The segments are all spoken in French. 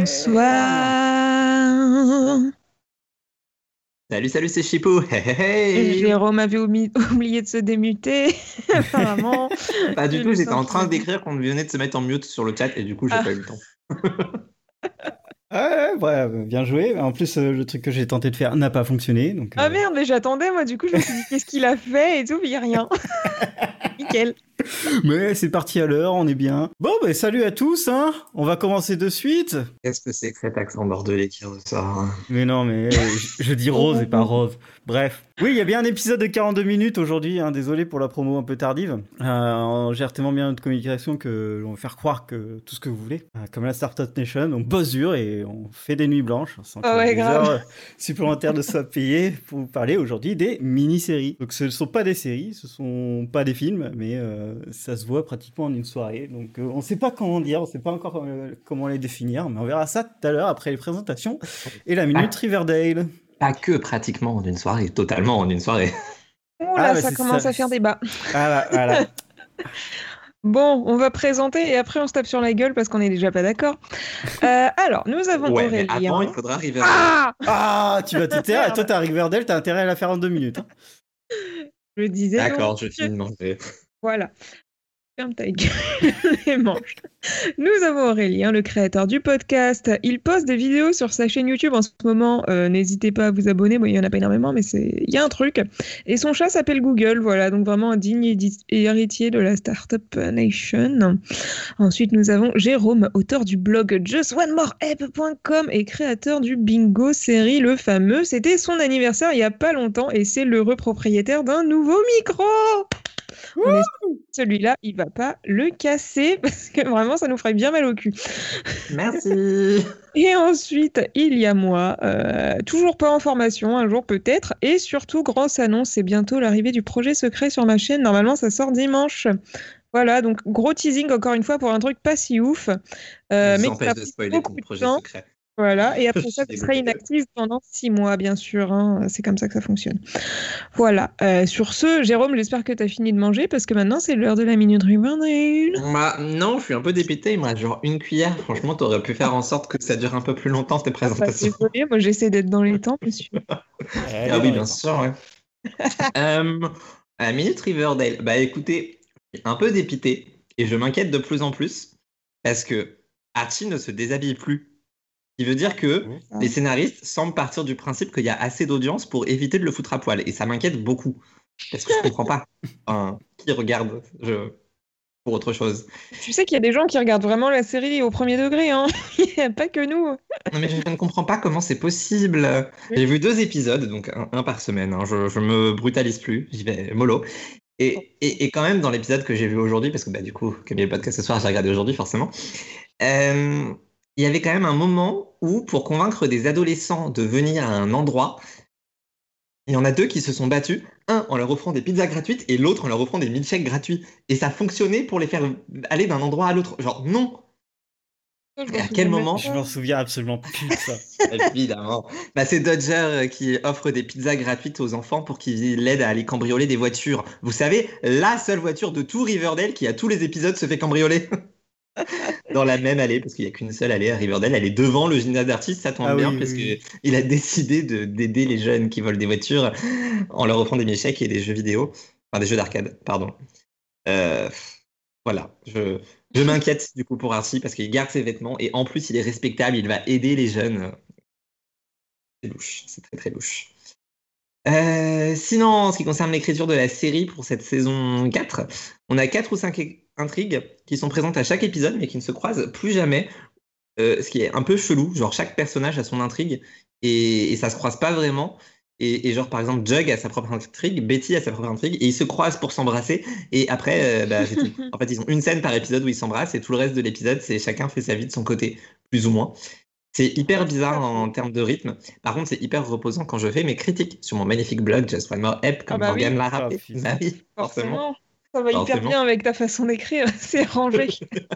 Bonsoir. Salut, salut, c'est Chipou. Hey, hey. Jérôme avait oublié de se démuter, apparemment. Pas du J'ai tout, le j'étais temps en qu'il train a dit. d'écrire qu'on venait de se mettre en mute sur le chat et du coup, j'ai Ah, pas eu le temps. Ouais, bien joué. En plus, le truc que j'ai tenté de faire n'a pas fonctionné, donc ah merde, mais j'attendais, moi, du coup, je me suis dit, qu'est-ce qu'il a fait et tout, il n'y a rien. Nickel. mais c'est parti à l'heure, on est bien. Bon, bah, salut à tous, hein. On va commencer de suite. Qu'est-ce que c'est que cet accent bordelais qui ressort, hein? Mais non, mais je dis rose et pas rose. Bref. Oui, il y a bien un épisode de 42 minutes aujourd'hui, hein. Désolé pour la promo un peu tardive. On gère tellement bien notre communication que on va faire croire que tout ce que vous voulez. Comme la Startup Nation, on bosse dur et on fait des nuits blanches sans que Ah ouais, des grave. heures supplémentaires ne soient payées pour vous parler aujourd'hui des mini-séries. Donc ce ne sont pas des séries, ce sont pas des films, mais ça se voit pratiquement en une soirée. Donc on ne sait pas comment dire, on ne sait pas encore comment les définir, mais on verra ça tout à l'heure après les présentations et la minute Pas, Riverdale. pas que pratiquement en une soirée, totalement en une soirée. Oh Ah là, bah ça c'est commence ça. à faire débat. Voilà. Bon, on va présenter et après on se tape sur la gueule parce qu'on n'est déjà pas d'accord. Alors, nous avons Ouais, mais avant, il Aurélien. faudra Riverdale. Ah! Ah, tu vas t'éteindre. Merde. Toi, t'as Riverdale, t'as intérêt à la faire en 2 minutes, hein. Je disais donc. D'accord, je finis de manger. Voilà. Ferme ta gueule et mange. Nous avons Aurélien, le créateur du podcast. Il poste des vidéos sur sa chaîne YouTube en ce moment. N'hésitez pas à vous abonner. Bon, il n'y en a pas énormément, mais il y a un truc. Et son chat s'appelle Google. Voilà, donc vraiment un digne héritier de la Startup Nation. Ensuite, nous avons Jérôme, auteur du blog justonemoreapp.com et créateur du Bingo série, le fameux. C'était son anniversaire il n'y a pas longtemps et c'est l'heureux propriétaire d'un nouveau micro. On espère que celui-là, il va pas le casser parce que vraiment, ça nous ferait bien mal au cul. Merci. Et ensuite, il y a moi, toujours pas en formation, un jour peut-être, et surtout, grosse annonce, c'est bientôt l'arrivée du projet secret sur ma chaîne. Normalement, ça sort dimanche. Voilà, donc gros teasing encore une fois pour un truc pas si ouf, Je vous mais qui empêche m'a de pris spoiler ton beaucoup de projet temps. secret. Voilà, et Je après ça, suis tu seras dégoûté. inactive pendant 6 mois, bien sûr, hein. C'est comme ça que ça fonctionne. Voilà, sur ce, Jérôme, j'espère que tu as fini de manger parce que maintenant c'est l'heure de la minute Riverdale. Bah, non, je suis un peu dépité. Il me reste genre une cuillère. Franchement, t'aurais pu faire en sorte que ça dure un peu plus longtemps, tes Ah bah, présentations. désolée, moi j'essaie d'être dans les temps, monsieur. Elle Ah est oui, dans les bien temps. sûr, ouais. À la Minute Riverdale, bah écoutez, je suis un peu dépité et je m'inquiète de plus en plus parce que Archie ne se déshabille plus. Ce qui veut dire que les scénaristes semblent partir du principe qu'il y a assez d'audience pour éviter de le foutre à poil et ça m'inquiète beaucoup parce que je comprends pas. Enfin, qui regarde pour autre chose? Tu sais qu'il y a des gens qui regardent vraiment la série au premier degré, hein. Il n'y a pas que nous. Non mais je ne comprends pas comment c'est possible. Oui. J'ai vu 2 épisodes, donc un par semaine, hein. Je me brutalise plus, j'y vais mollo. Et quand même, dans l'épisode que j'ai vu aujourd'hui, parce que bah, du coup, comme il y a le podcast ce soir, j'ai regardé aujourd'hui forcément, euh, il y avait quand même un moment où, pour convaincre des adolescents de venir à un endroit, il y en a deux qui se sont battus, un en leur offrant des pizzas gratuites et l'autre en leur offrant des milkshakes gratuits. Et ça fonctionnait pour les faire aller d'un endroit à l'autre. Genre, non! Je me À souviens quel même moment? Je pas. m'en souviens absolument plus de ça. Évidemment. Bah, c'est Dodger qui offre des pizzas gratuites aux enfants pour qu'ils l'aident à aller cambrioler des voitures. Vous savez, la seule voiture de tout Riverdale qui, à tous les épisodes, se fait cambrioler dans la même allée, parce qu'il n'y a qu'une seule allée à Riverdale. Elle est devant le gymnase d'artistes, ça tombe Ah bien, oui, parce oui. qu'il a décidé d'aider les jeunes qui volent des voitures en leur offrant des milkshakes et des jeux vidéo. Enfin, des jeux d'arcade, pardon. Euh, voilà, je m'inquiète du coup pour Archie parce qu'il garde ses vêtements et en plus il est respectable, il va aider les jeunes. C'est louche, c'est très très louche. Sinon, en ce qui concerne l'écriture de la série pour cette saison 4, on a 4 ou 5 intrigues qui sont présentes à chaque épisode mais qui ne se croisent plus jamais. Ce qui est un peu chelou, genre chaque personnage a son intrigue et ça se croise pas vraiment. Et genre par exemple Jug a sa propre intrigue, Betty a sa propre intrigue et ils se croisent pour s'embrasser et après bah, c'est tout. En fait ils ont une scène par épisode où ils s'embrassent et tout le reste de l'épisode c'est chacun fait sa vie de son côté, plus ou moins. C'est hyper bizarre en termes de rythme. Par contre c'est hyper reposant quand je fais mes critiques sur mon magnifique blog Just One More App Ah comme bah Morgane oui, l'a Ah rappelé. putain. Bah oui, forcément. forcément. Ça va hyper Forcément. bien avec ta façon d'écrire, c'est rangé.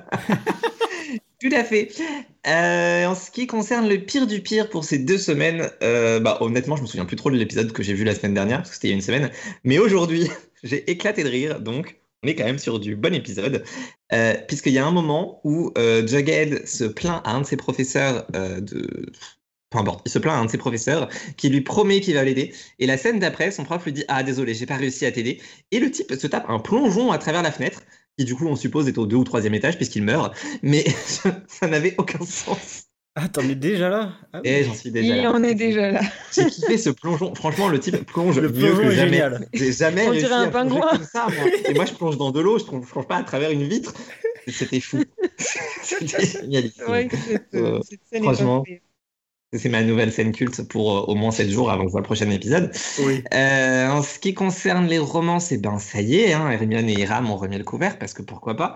Tout à fait. En ce qui concerne le pire du pire pour ces 2 semaines, bah, honnêtement, je me souviens plus trop de l'épisode que j'ai vu la semaine dernière, parce que c'était il y a une semaine. Mais aujourd'hui, j'ai éclaté de rire, donc On est quand même sur du bon épisode, puisqu'il y a un moment où Jughead se plaint à un de ses professeurs Peu importe, il se plaint à un de ses professeurs qui lui promet qu'il va l'aider. Et la scène d'après, son prof lui dit « Ah, désolé, j'ai pas réussi à t'aider ». Et le type se tape un plongeon à travers la fenêtre, qui du coup, on suppose, est au 2e ou 3e étage puisqu'il meurt. Mais ça n'avait aucun sens. Attends, mais déjà là? Ah oui. Et j'en suis déjà Et là. on est déjà là. J'ai kiffé ce plongeon. Franchement, le type plonge Le mieux plongeon que est jamais. génial. J'ai jamais On réussi dirait un à plonger pingouin. comme ça, moi. Et moi, je plonge dans de l'eau, je plonge pas à travers une vitre. C'était fou. C'était C'est génialissime. vrai que cette scène franchement. est pas C'est ma nouvelle scène culte pour au moins 7 jours avant que je vois le prochain épisode. Oui. En ce qui concerne les romances, eh ben, ça y est, hein, Hermione et Hiram ont remis le couvert, parce que pourquoi pas.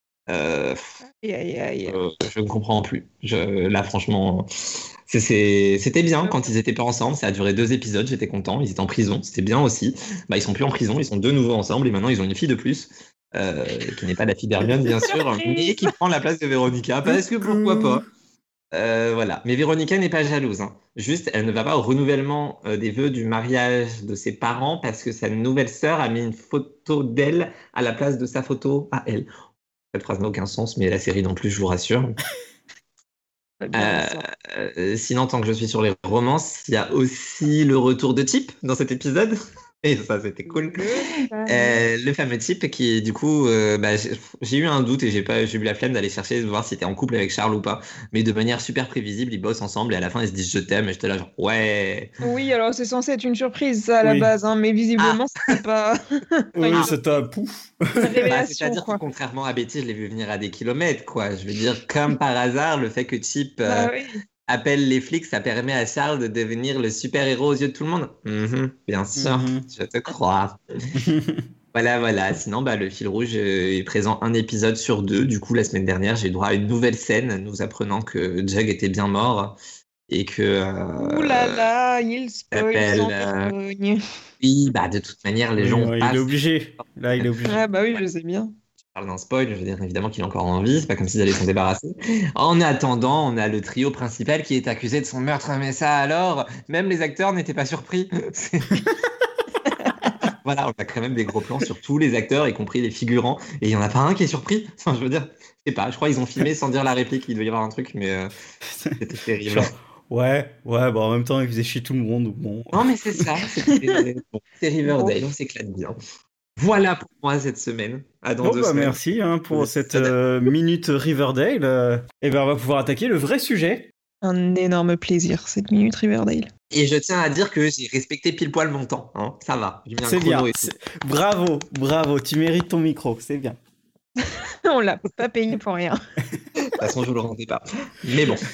Aïe, aïe, aïe. Je ne comprends plus. Là, franchement, c'était bien quand ils étaient pas ensemble. Ça a duré 2 épisodes, j'étais content. Ils étaient en prison, c'était bien aussi. Bah, ils sont plus en prison, ils sont de nouveau ensemble et maintenant ils ont une fille de plus, qui n'est pas la fille d'Hermione, bien sûr, mais qui prend la place de Véronica, parce que pourquoi pas. Voilà. Mais Véronica n'est pas jalouse, hein. Juste, elle ne va pas au renouvellement des vœux du mariage de ses parents parce que sa nouvelle sœur a mis une photo d'elle à la place de sa photo à elle. Cette phrase n'a aucun sens, mais la série non plus, je vous rassure. Pas bien, ça. Sinon, tant que je suis sur les romances, il y a aussi le retour de Chip dans cet épisode. Et ça, c'était cool. Le fameux type qui, du coup, j'ai eu un doute et j'ai eu la flemme d'aller chercher, de voir s'il était en couple avec Charles ou pas. Mais de manière super prévisible, ils bossent ensemble et à la fin, ils se disent je t'aime. Et j'étais là, genre, ouais. Oui, alors c'est censé être une surprise, ça, à la Oui. base, hein, mais visiblement, c'était pas Oui, une c'était un pouf. révélation, C'est-à-dire que quoi. contrairement à Betty, je l'ai vu venir à des kilomètres, quoi. Je veux dire, comme par hasard, le fait que Chip Bah oui. appelle les flics, ça permet à Charles de devenir le super-héros aux yeux de tout le monde. Bien sûr, je te crois. Voilà. Sinon, le fil rouge est présent un épisode sur 2. Du coup, la semaine dernière, j'ai eu droit à une nouvelle scène nous apprenant que Jug était bien mort et que... Ouh là là, il spoil sans vergogne. Oui, de toute manière, les gens Il passent. est obligé. Là, il est obligé. Ah bah oui, je sais bien. Parle d'un spoil, je veux dire évidemment qu'il est encore en vie, c'est pas comme s'ils allaient s'en débarrasser. En attendant, on a le trio principal qui est accusé de son meurtre, mais ça alors, même les acteurs n'étaient pas surpris. Voilà, on a quand même des gros plans sur tous les acteurs, y compris les figurants, et il y en a pas un qui est surpris. Enfin, je veux dire, je sais pas, je crois qu'ils ont filmé sans dire la réplique, il doit y avoir un truc, mais c'était terrible. Genre, ouais, en même temps, il faisait chier tout le monde. Bon. Non, mais c'est ça, c'est Riverdale, on s'éclate bien. Voilà pour moi cette semaine. À dans 2 semaines. Merci pour cette minute Riverdale. Et on va pouvoir attaquer le vrai sujet. Un énorme plaisir, cette minute Riverdale. Et je tiens à dire que j'ai respecté pile poil mon temps. Hein. Ça va. J'ai mis un C'est chrono bien. et tout. Bravo. Tu mérites ton micro. C'est bien. On l'a pas payé pour rien. De toute façon, je ne le rendais pas. Mais bon.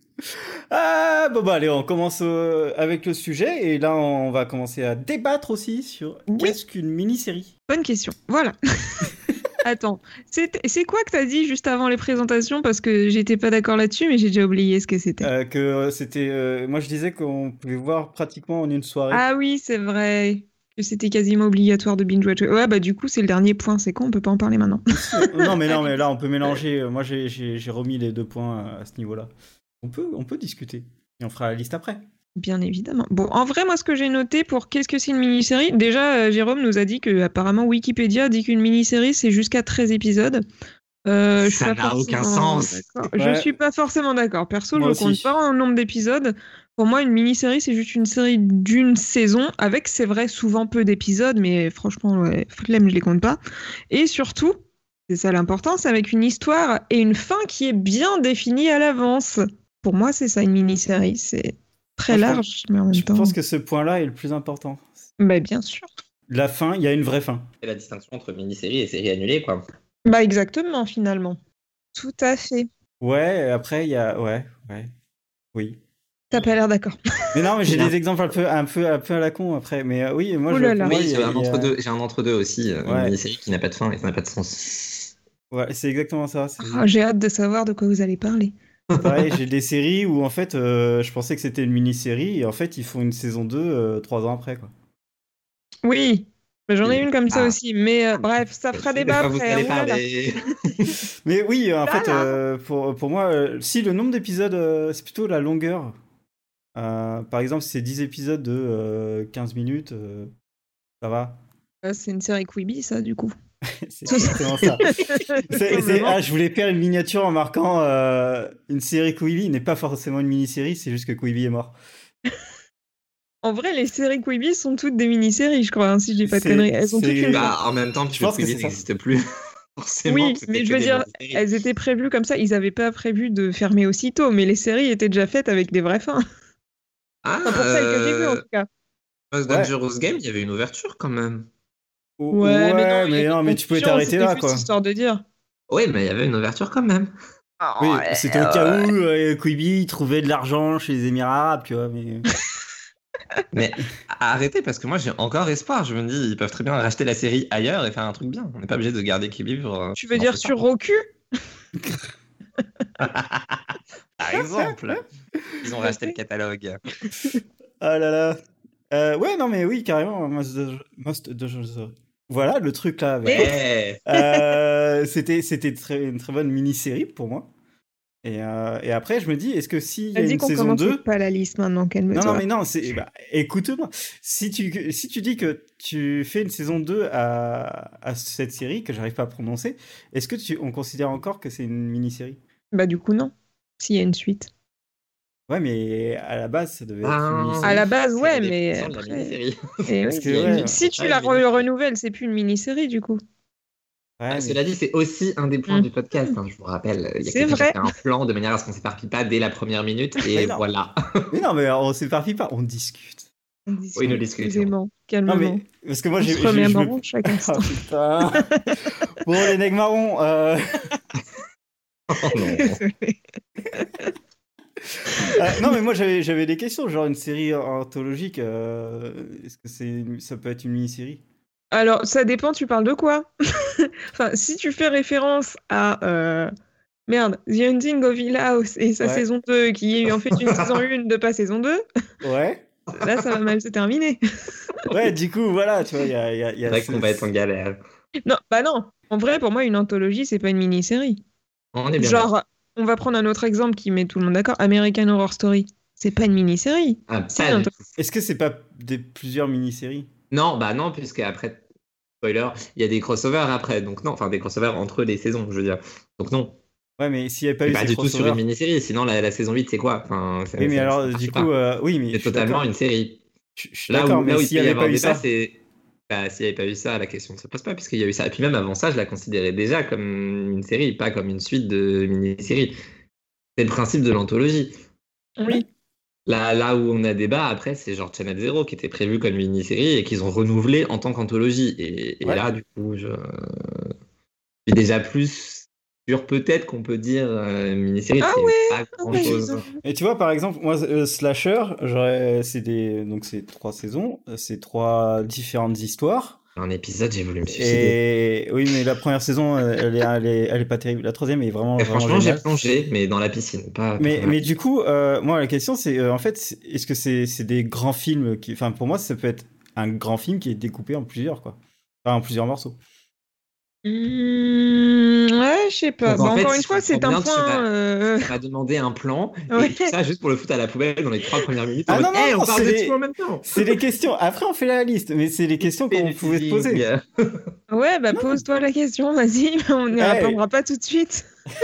Allez, on commence avec le sujet. Et là, on va commencer à débattre aussi sur qu'est-ce qu'une mini-série. Bonne question. Voilà. Attends, c'est quoi que t'as dit juste avant les présentations? Parce que j'étais pas d'accord là-dessus, mais j'ai déjà oublié ce que c'était. Moi, je disais qu'on pouvait voir pratiquement en une soirée. Ah oui, c'est vrai. Que c'était quasiment obligatoire de binge-watch. Ouais, du coup, c'est le dernier point. C'est con, on peut pas en parler maintenant. non, mais là, on peut mélanger. Moi, j'ai remis les 2 points à ce niveau-là. On peut discuter. Et on fera la liste après. Bien évidemment. Bon, en vrai, moi, ce que j'ai noté pour qu'est-ce que c'est une mini-série, déjà, Jérôme nous a dit que apparemment Wikipédia dit qu'une mini-série, c'est jusqu'à 13 épisodes. Ça n'a aucun sens. Je suis pas forcément d'accord. Perso, moi je compte pas en nombre d'épisodes. Pour moi, une mini-série, c'est juste une série d'une saison, avec, c'est vrai, souvent peu d'épisodes, mais franchement, flemme, je les compte pas. Et surtout, c'est ça l'important, c'est avec une histoire et une fin qui est bien définie à l'avance. Pour moi, c'est ça, une mini-série. C'est très large, mais en même temps... Je pense que ce point-là est le plus important. Bien sûr. La fin, il y a une vraie fin. C'est la distinction entre mini-série et série annulée, quoi. Exactement, finalement. Tout à fait. Ouais, après, il y a... Ouais. Oui. T'as pas l'air d'accord. Mais non, mais j'ai des exemples un peu à la con après. Mais oui, moi, j'ai un entre-deux aussi. Une mini-série qui n'a pas de fin et ça n'a pas de sens. Ouais, c'est exactement ça. J'ai hâte de savoir de quoi vous allez parler. Pareil, j'ai des séries où en fait, je pensais que c'était une mini-série et en fait, ils font une saison 2 3 ans après, quoi. Oui, j'en ai une comme ça aussi. Mais bref, ça fera débat après. Vous allez parler. Mais oui, en fait, pour moi, si le nombre d'épisodes, c'est plutôt la longueur. Par exemple, si c'est 10 épisodes de 15 minutes, ça va. C'est une série Quibi, ça, du coup. C'est exactement ça. Je voulais faire une miniature en marquant une série Quibi n'est pas forcément une mini-série, c'est juste que Quibi est mort. En vrai, les séries Quibi sont toutes des mini-séries, je crois, hein, si je dis pas de conneries. Elles sont toutes une Bah, en même temps, Je pense que Quibi c'est ça. n'existe plus. Forcément, Oui, c'était mais que je veux des dire, mini-séries. elles étaient prévues comme ça. Ils n'avaient pas prévu de fermer aussitôt, mais les séries étaient déjà faites avec des vraies fins. Ah, Enfin, pour celles que j'ai vues, en tout cas. Most Ouais. Dangerous Game, il y avait une ouverture quand même. Ouais, mais non, il y a une mais tu pouvais conclusion, t'arrêter c'était là, juste quoi. histoire de dire. Oui, mais il y avait une ouverture quand même. Oui, Ouais, c'était au cas où Quibi trouvait de l'argent chez les Émirats Arabes, tu vois. Mais Mais arrêtez, parce que moi j'ai encore espoir. Je me dis, ils peuvent très bien racheter la série ailleurs et faire un truc bien. On n'est pas obligé de garder Quibi pour. Tu veux pour dire lancer ça. sur Roku? Par exemple, ils ont racheté le catalogue. ah là là. Ouais, non, mais oui, carrément. Most Dangerous. Voilà le truc là. Avec... Ouais. C'était une très bonne mini-série pour moi. Et après, je me dis, est-ce que s'il y a Elle dit une qu'on saison commence 2... pas la liste maintenant, calme-toi. Non, mais non, écoute-moi. Si tu dis que tu fais une saison 2 à cette série, que j'arrive pas à prononcer, est-ce que on considère encore que c'est une mini-série? Bah du coup, non. S'il y a une suite. Ouais, mais à la base, ça devait être une À mini-série. la base, C'est ouais, la mais définition de la après... mini-série. Et Parce oui, que, ouais. si tu Ouais, la une mini-série. renouvelles, c'est plus une mini-série, du coup. Ouais, mais... Cela dit, c'est aussi un des points du podcast. Hein, je vous rappelle, il y a C'est quelqu'un qui a vrai. fait un plan de manière à ce qu'on s'éparpille pas dès la première minute. Et Mais non. voilà. Mais non, mais on s'éparpille pas, on discute. On Oui, discute nous discutons. posément, Non, calmement. mais parce que moi, On j'ai se remet je me- marrant chaque instant. Ah, putain. Bon, les nègres marrons. Oh non. Désolée. Non, mais moi, j'avais des questions, genre une série anthologique. Est-ce que ça peut être une mini-série? Alors, ça dépend, tu parles de quoi? Enfin, si tu fais référence à merde, The Hunting of Hill House et sa Ouais. saison 2, qui est en fait une saison 1 de pas saison 2, Ouais. là, ça va mal se terminer. Ouais, du coup, voilà, tu vois, il y a C'est vrai qu'on va être en galère. Non, bah non. En vrai, pour moi, une anthologie, c'est pas une mini-série. On est bien. Genre, on va prendre un autre exemple qui met tout le monde d'accord. American Horror Story. C'est pas une mini-série. Ah, C'est pas une du tout. Est-ce que c'est pas plusieurs mini-séries? Non, bah non, puisque après, spoiler, il y a des crossovers après. Donc non, enfin des crossovers entre les saisons, je veux dire. Donc non. Ouais, mais s'il n'y avait pas C'est eu pas ces du tout sur crossovers... une mini-série. Sinon, la saison 8, c'est quoi? Enfin, Oui, mais ça alors, marche du pas. coup, oui, mais C'est je suis totalement d'accord. une série. Je suis Là d'accord, où mais il s'il peut n'y y avait avoir pas eu débat, ça... c'est. Bah, s'il n'y avait pas eu ça, la question ne se pose pas, puisqu'il y a eu ça. Et puis même avant ça, je la considérais déjà comme une série, pas comme une suite de mini-séries. C'est le principe de l'anthologie. Oui. Là où on a débat, après, c'est genre Channel Zero qui était prévu comme mini-série et qu'ils ont renouvelé en tant qu'anthologie. Et Ouais. là, du coup, je suis déjà plus sûr, peut-être qu'on peut dire mini-série. Ah c'est ouais, pas Ah ouais, grand-chose. j'avoue. Et tu vois, par exemple, moi, Slasher, donc c'est 3 saisons, c'est 3 différentes histoires. Un épisode, j'ai voulu me suicider. Et oui, mais la première saison, elle est pas terrible. La troisième est vraiment, Et vraiment franchement, j'ai géniale. plongé, mais dans la piscine, pas Mais du coup, moi, la question, c'est en fait, est-ce que c'est des grands films qui. Enfin, pour moi, ça peut être un grand film qui est découpé en plusieurs, quoi. Enfin, en plusieurs morceaux. Ouais, je sais pas. Donc, Bah, en fait, encore si une je fois, c'est comprends un bien, point. tu m'as demandé un plan, Ouais. et tout ça juste pour le foutre à la poubelle dans les 3 premières minutes. Ah en non, mode, non, hey, non, on parle c'est de les- tout en même temps. C'est les questions. Après, on fait la liste, mais c'est les questions qu'on pouvait se poser. Ouais, bah Non. pose-toi la question, vas-y, on n'y Hey. répondra pas tout de suite.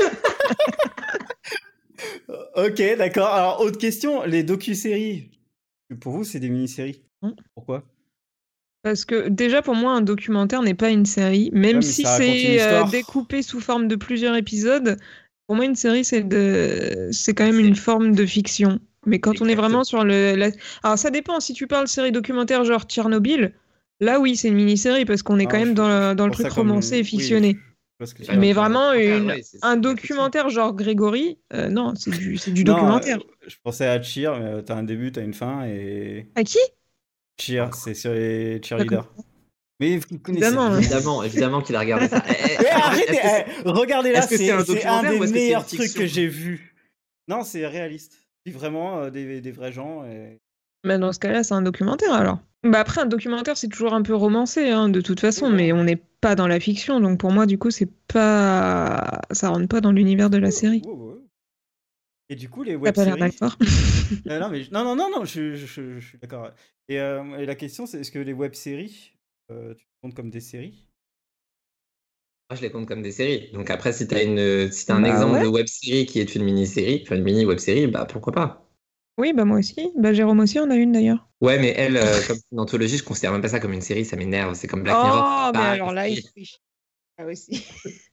Ok, d'accord. Alors, autre question, les docu-séries. Pour vous, c'est des mini-séries. Non. Pourquoi? Parce que déjà, pour moi, un documentaire n'est pas une série, même Ouais, mais si ça raconte une c'est histoire. découpé sous forme de plusieurs épisodes. Pour moi, une série, c'est quand même une forme de fiction. Mais quand on est vraiment sur Alors, ça dépend. Si tu parles série documentaire genre Tchernobyl, là, oui, c'est une mini-série parce qu'on est quand même dans le truc romancé et fictionné. Oui, parce que tu veux Mais dire. vraiment, Ouais, c'est un de la documentaire genre Grégory, non, c'est du Non, documentaire. je pensais à Cheer, mais t'as un début, t'as une fin, et... À qui? Cheer, c'est sur les cheerleaders. Mais vous connaissez Évidemment, rien. Évidemment qu'il a regardé ça. Mais arrêtez, regardez là, est-ce que c'est un c'est un documentaire des ou est-ce que c'est meilleurs une trucs fiction que j'ai vu. Non, c'est réaliste. C'est vraiment des vrais gens. Et... Mais dans ce cas-là, c'est un documentaire alors. Bah après, un documentaire, c'est toujours un peu romancé, hein, de toute façon, Oui, mais voilà. on n'est pas dans la fiction, donc pour moi, du coup, c'est pas. Ça rentre pas dans l'univers de la série. Ouais. Et du coup, les T'as pas l'air web-séries... d'accord. non, mais non, je suis d'accord. Et la question, c'est est-ce que les web-séries, tu comptes comme des séries? Moi, je les compte comme des séries. Donc après, si t'as un Bah exemple ouais. de web-série qui est une mini-série, enfin une mini-web-série, bah pourquoi pas? Oui, bah moi aussi. Bah Jérôme aussi en a une d'ailleurs. Ouais, mais elle, comme une anthologie, je considère même pas ça comme une série, ça m'énerve. C'est comme Black Mirror, c'est Oh, mais pas une alors là, il série. triche. Ah aussi.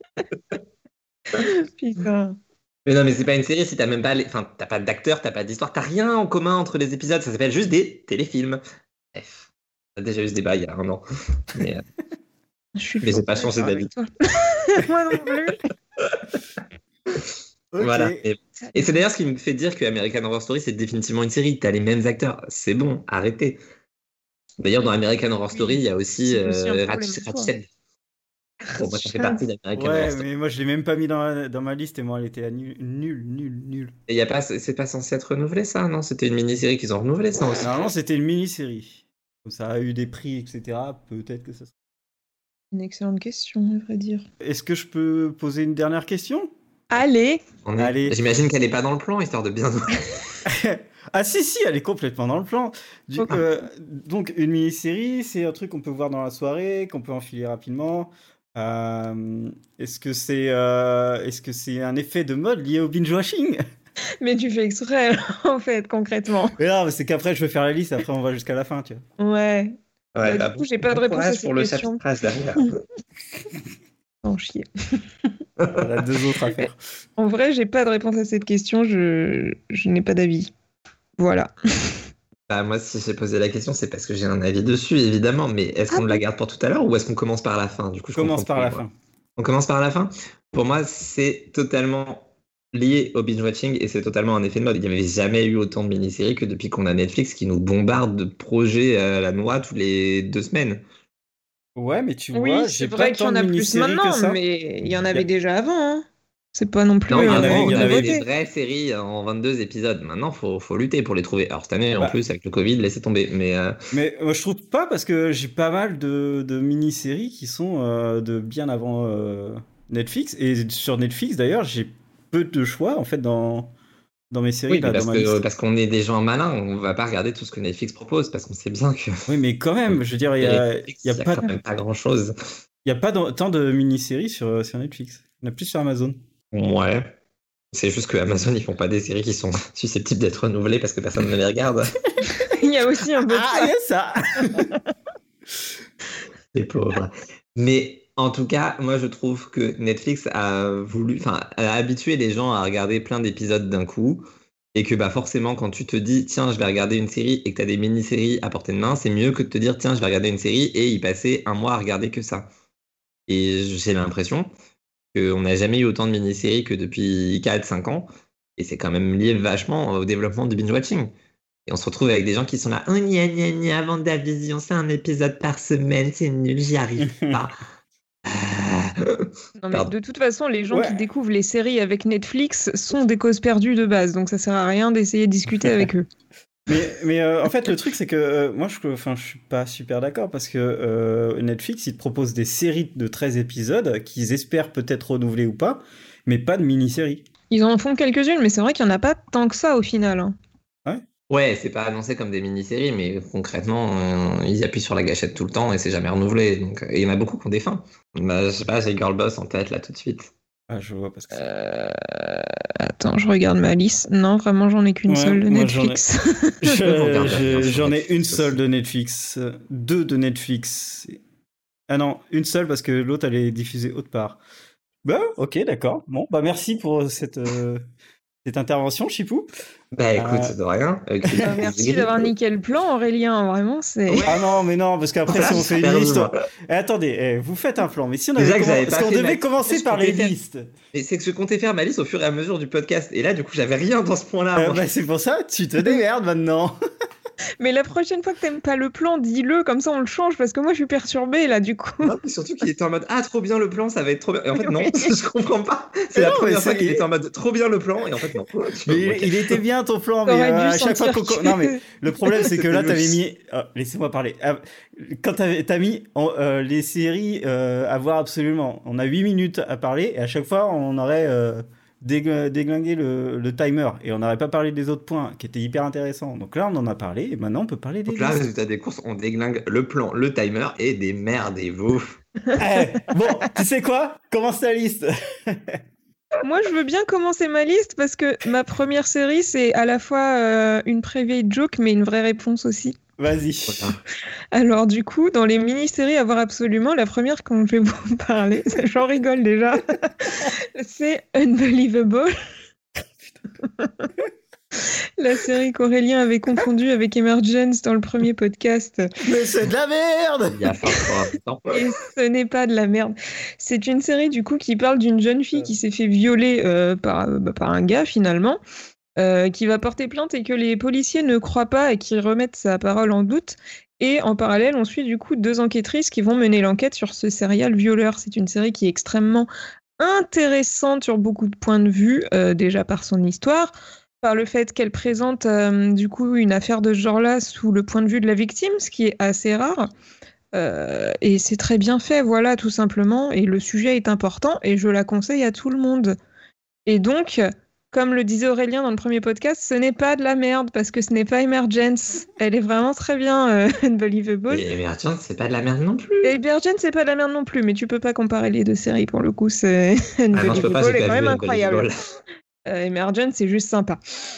Putain. Mais non, mais c'est pas une série si t'as même pas, enfin, t'as pas d'acteur, t'as pas d'histoire, t'as rien en commun entre les épisodes. Ça s'appelle juste des téléfilms. Bref, on a déjà eu ce débat il y a un an, mais, euh, Je suis mais j'ai toujours pas pas changé d'accord d'avis. avec toi. Moi non plus. Ok. Voilà. Et c'est d'ailleurs ce qui me fait dire que American Horror Story, c'est définitivement une série. T'as les mêmes acteurs. C'est bon, arrêtez. D'ailleurs, dans American Horror Story, il y a aussi C'est aussi un problème de toi. Rachel. Bon, moi, ça fait partie d'American Horror Ouais, Story. mais moi je l'ai même pas mis dans ma liste et moi elle était à nul. Et y a pas, c'est pas censé être renouvelé, ça, non? C'était une mini-série qu'ils ont renouvelé, ça aussi. Normalement c'était une mini-série. Comme ça a eu des prix, etc. Peut-être que ça. Une excellente question, à vrai dire. Est-ce que je peux poser une dernière question? Allez. Allez. J'imagine qu'elle est pas dans le plan, histoire de bien. Ah si, elle est complètement dans le plan. Ok. Donc une mini-série, c'est un truc qu'on peut voir dans la soirée, qu'on peut enfiler rapidement. Est-ce que c'est un effet de mode lié au binge-watching? Mais tu fais exprès, en fait, concrètement. Mais non, mais c'est qu'après je vais faire la liste, après on va jusqu'à la fin, tu vois. Ouais. Ouais, Du coup, j'ai pas de réponse à courage cette pour le question. chapitrage derrière. En chier. On a 2 autres à faire. En vrai, j'ai pas de réponse à cette question. Je n'ai pas d'avis. Voilà. Bah, moi, si j'ai posé la question, c'est parce que j'ai un avis dessus, évidemment. Mais est-ce qu'on la garde pour tout à l'heure ou est-ce qu'on commence par la fin? Du coup, je Commence comprends par la plus, moi. fin. On commence par la fin? Pour moi, c'est totalement lié au binge-watching et c'est totalement un effet de mode. Il n'y avait jamais eu autant de mini-séries que depuis qu'on a Netflix qui nous bombarde de projets à la noix tous les 2 semaines. Ouais, mais tu Oui, vois, c'est j'ai vrai pas qu'il y tant en de a plus mini-séries que maintenant, ça. mais il y en avait Y a- déjà avant. Hein. C'est pas non plus Non, il y en avant, avait- il y on en avait avait des nouveauté. vraies séries en 22 épisodes. Maintenant, faut lutter pour les trouver. Alors, cette année, en Bah, plus, avec le Covid, laissez tomber. Mais Mais je trouve pas parce que j'ai pas mal de mini-séries qui sont de bien avant Netflix. Et sur Netflix, d'ailleurs, j'ai peu de choix en fait dans mes séries, oui, mais là, dans ma liste. parce qu'on est des gens malins, on va pas regarder tout ce que Netflix propose parce qu'on sait bien que Oui, mais quand même, je veux dire, Netflix, il y a il y a pas, quand même pas grand-chose. il y a pas tant de mini-séries sur Netflix. Il y en a plus sur Amazon. Ouais. C'est juste que Amazon, ils font pas des séries qui sont susceptibles d'être renouvelées parce que personne ne les regarde. Il y a aussi un peu de Ah, ça. il y a ça. Les pauvres. Mais en tout cas, moi je trouve que Netflix a habitué les gens à regarder plein d'épisodes d'un coup. Et que bah forcément, quand tu te dis, tiens, je vais regarder une série et que tu as des mini-séries à portée de main, c'est mieux que de te dire, tiens, je vais regarder une série et y passer un mois à regarder que ça. Et j'ai l'impression qu'on n'a jamais eu autant de mini-séries que depuis 4-5 ans. Et c'est quand même lié vachement au développement du binge-watching. Et on se retrouve avec des gens qui sont là, oh gna gna gna, WandaVision, c'est un épisode par semaine, c'est nul, j'y arrive pas. Non, mais Pardon. de toute façon, les gens Ouais. qui découvrent les séries avec Netflix sont des causes perdues de base, donc ça sert à rien d'essayer de discuter avec eux. Mais en fait, le truc, c'est que moi, je suis pas super d'accord parce que Netflix, ils te proposent des séries de 13 épisodes qu'ils espèrent peut-être renouveler ou pas, mais pas de mini-séries. Ils en font quelques-unes, mais c'est vrai qu'il n'y en a pas tant que ça au final. Hein. Ouais, c'est pas annoncé comme des mini-séries, mais concrètement, ils appuient sur la gâchette tout le temps et c'est jamais renouvelé. Donc, et il y en a beaucoup qui ont des fins. Bah, je sais pas, j'ai Girl Boss en tête là tout de suite. Ah, je vois parce que Attends, je regarde ma liste. Non, vraiment, j'en ai qu'une Ouais, seule de moi, Netflix. j'en ai une seule de Netflix, 2 de Netflix. Ah non, une seule parce que l'autre elle est diffusée autre part. Bah, ok, d'accord. Bon, bah merci pour cette intervention, Chipou. Bah écoute, de rien. Merci d'avoir niqué le plan, Aurélien. Vraiment, c'est. Ah non, mais non, parce qu'après, si on fait une liste. Attendez, vous faites un plan. Mais si on avait parce qu'on devait commencer par les listes. Mais c'est que je comptais faire ma liste au fur et à mesure du podcast. Et là, du coup, j'avais rien dans ce point-là. Bah, c'est pour ça, tu te démerdes maintenant. Mais la prochaine fois que t'aimes pas le plan, dis-le, comme ça on le change, parce que moi je suis perturbée là du coup. Non, mais surtout qu'il était en mode ah trop bien le plan, ça va être trop bien. Et en fait non, Oui. je comprends pas. C'est la première fois qu'il était en mode trop bien le plan et en fait non. Mais il était bien ton plan, mais à chaque fois qu'on... Non mais le problème c'est que là t'avais mis... laissez-moi parler. Quand t'as mis les séries à voir absolument, on a 8 minutes à parler et à chaque fois on aurait déglingué le timer et on n'aurait pas parlé des autres points qui étaient hyper intéressants. Donc là on en a parlé et maintenant on peut parler des Donc là, listes. résultat des courses, on déglingue le plan, le timer et des merdez-vous. Bon, tu sais quoi? Commence ta liste. Moi, je veux bien commencer ma liste parce que ma première série, c'est à la fois une private joke, mais une vraie réponse aussi. Vas-y. Voilà. Alors, du coup, dans les mini-séries à voir absolument, la première dont je vais vous parler, j'en rigole déjà, c'est Unbelievable. La série qu'Aurélien avait confondue avec Emergence dans le premier podcast. Mais c'est de la merde! Il y a fort Et ce n'est pas de la merde. C'est une série du coup qui parle d'une jeune fille qui s'est fait violer par un gars finalement, qui va porter plainte et que les policiers ne croient pas et qui remettent sa parole en doute. Et en parallèle, on suit du coup 2 enquêtrices qui vont mener l'enquête sur ce serial violeur. C'est une série qui est extrêmement intéressante sur beaucoup de points de vue, déjà par son histoire, par le fait qu'elle présente du coup une affaire de ce genre-là sous le point de vue de la victime, ce qui est assez rare. Et c'est très bien fait, voilà, tout simplement. Et le sujet est important et je la conseille à tout le monde. Et donc, comme le disait Aurélien dans le premier podcast, ce n'est pas de la merde parce que ce n'est pas Emergence. Elle est vraiment très bien, Unbelievable. Et Emergence, c'est pas de la merde non plus. Et Emergence, c'est pas de la merde non plus, mais tu peux pas comparer les 2 séries pour le coup. C'est Ah non, je peux pas, Unbelievable j'ai est pas quand vu même incroyable. Unbelievable. Emergence, c'est juste sympa.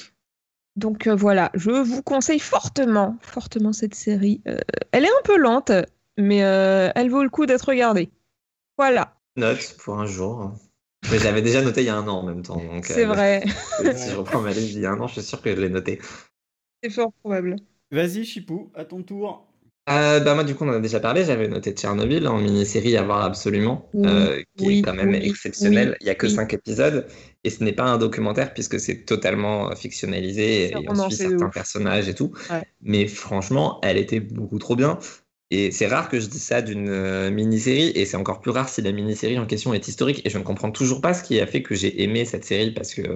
Donc voilà, je vous conseille fortement, fortement cette série. Elle est un peu lente, mais elle vaut le coup d'être regardée. Voilà, Note pour un jour. Mais j'avais déjà noté il y a un an en même temps. Donc, c'est vrai, si je reprends ma liste d'il y a un an, je suis sûr que je l'ai noté. c'est fort probable. Vas-y, Chipou, à ton tour. Bah moi, du coup, on en a déjà parlé. J'avais noté Tchernobyl en mini-série à voir absolument, qui est quand même exceptionnel. Il n'y a que 5 épisodes et ce n'est pas un documentaire puisque c'est totalement fictionnalisé et on suit certains personnages et tout. Ouais. Mais franchement, elle était beaucoup trop bien. Et c'est rare que je dise ça d'une mini-série, et c'est encore plus rare si la mini-série en question est historique. Et je ne comprends toujours pas ce qui a fait que j'ai aimé cette série parce que.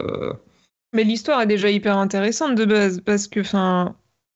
Mais l'histoire est déjà hyper intéressante de base, parce que, enfin,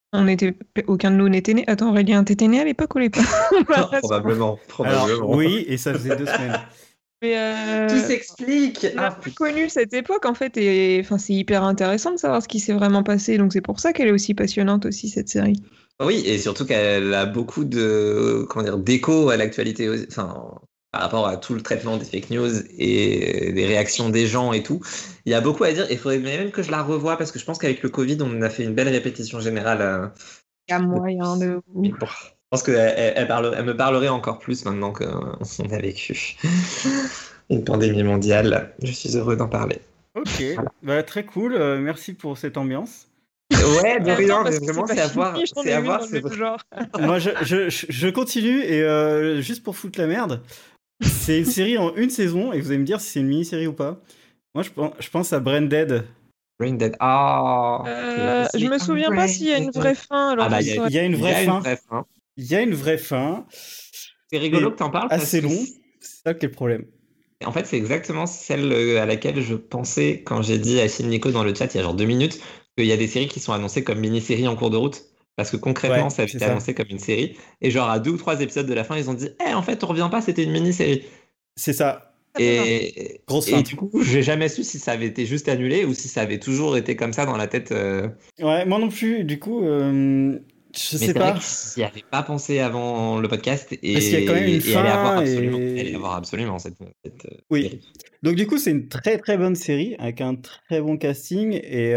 aucun de nous n'était né. Attends, Aurélien, t'étais né à l'époque ou pas? Probablement. Alors, oui, et ça faisait 2 semaines. Mais Tout s'explique. On a connu cette époque en fait, et enfin, c'est hyper intéressant de savoir ce qui s'est vraiment passé. Donc c'est pour ça qu'elle est aussi passionnante aussi cette série. Oui, et surtout qu'elle a beaucoup de d'écho à l'actualité, enfin, par rapport à tout le traitement des fake news et des réactions des gens et tout. Il y a beaucoup à dire, et il faudrait même que je la revoie parce que je pense qu'avec le Covid, on a fait une belle répétition générale. Il y a moyen de. Je pense qu'elle me parlerait encore plus maintenant qu'on a vécu une pandémie mondiale. Je suis heureux d'en parler. Ok, Voilà. Bah, très cool. Merci pour cette ambiance. Ouais, de rien, mais parce que vraiment, c'est c'est à pas voir. fini, j'en C'est ai à vu voir. dans le même genre. Moi, je continue et juste pour foutre la merde, c'est une série en 1 saison et vous allez me dire si c'est une mini-série ou pas. Moi, je pense à Branded. Brain Dead. Ah. Je me souviens pas s'il y a une vraie fin. Alors bah, je saurais. Il y a une vraie fin. fin. Il y a une vraie fin. C'est rigolo Mais que t'en parles. Assez parce que long. C'est ça qui est le problème. En fait, c'est exactement celle à laquelle je pensais quand j'ai dit à Achille Nico dans le chat il y a genre 2 minutes qu'il y a des séries qui sont annoncées comme mini-séries en cours de route. Parce que concrètement, Ouais, ça a c'est été ça. annoncé comme une série. Et genre à 2 ou 3 épisodes de la fin, ils ont dit en fait, on revient pas, c'était une mini-série. C'est ça. Et, Grosse et fin. du coup, j'ai jamais su si ça avait été juste annulé ou si ça avait toujours été comme ça dans la tête. Ouais, moi non plus. Du coup, je Mais sais c'est pas. vrai que j'y avais pas pensé avant le podcast et, Parce qu'il y a quand même une et allez à voir fin absolument, et- allez à voir absolument cette Oui. série. Donc du coup, c'est une très très bonne série avec un très bon casting et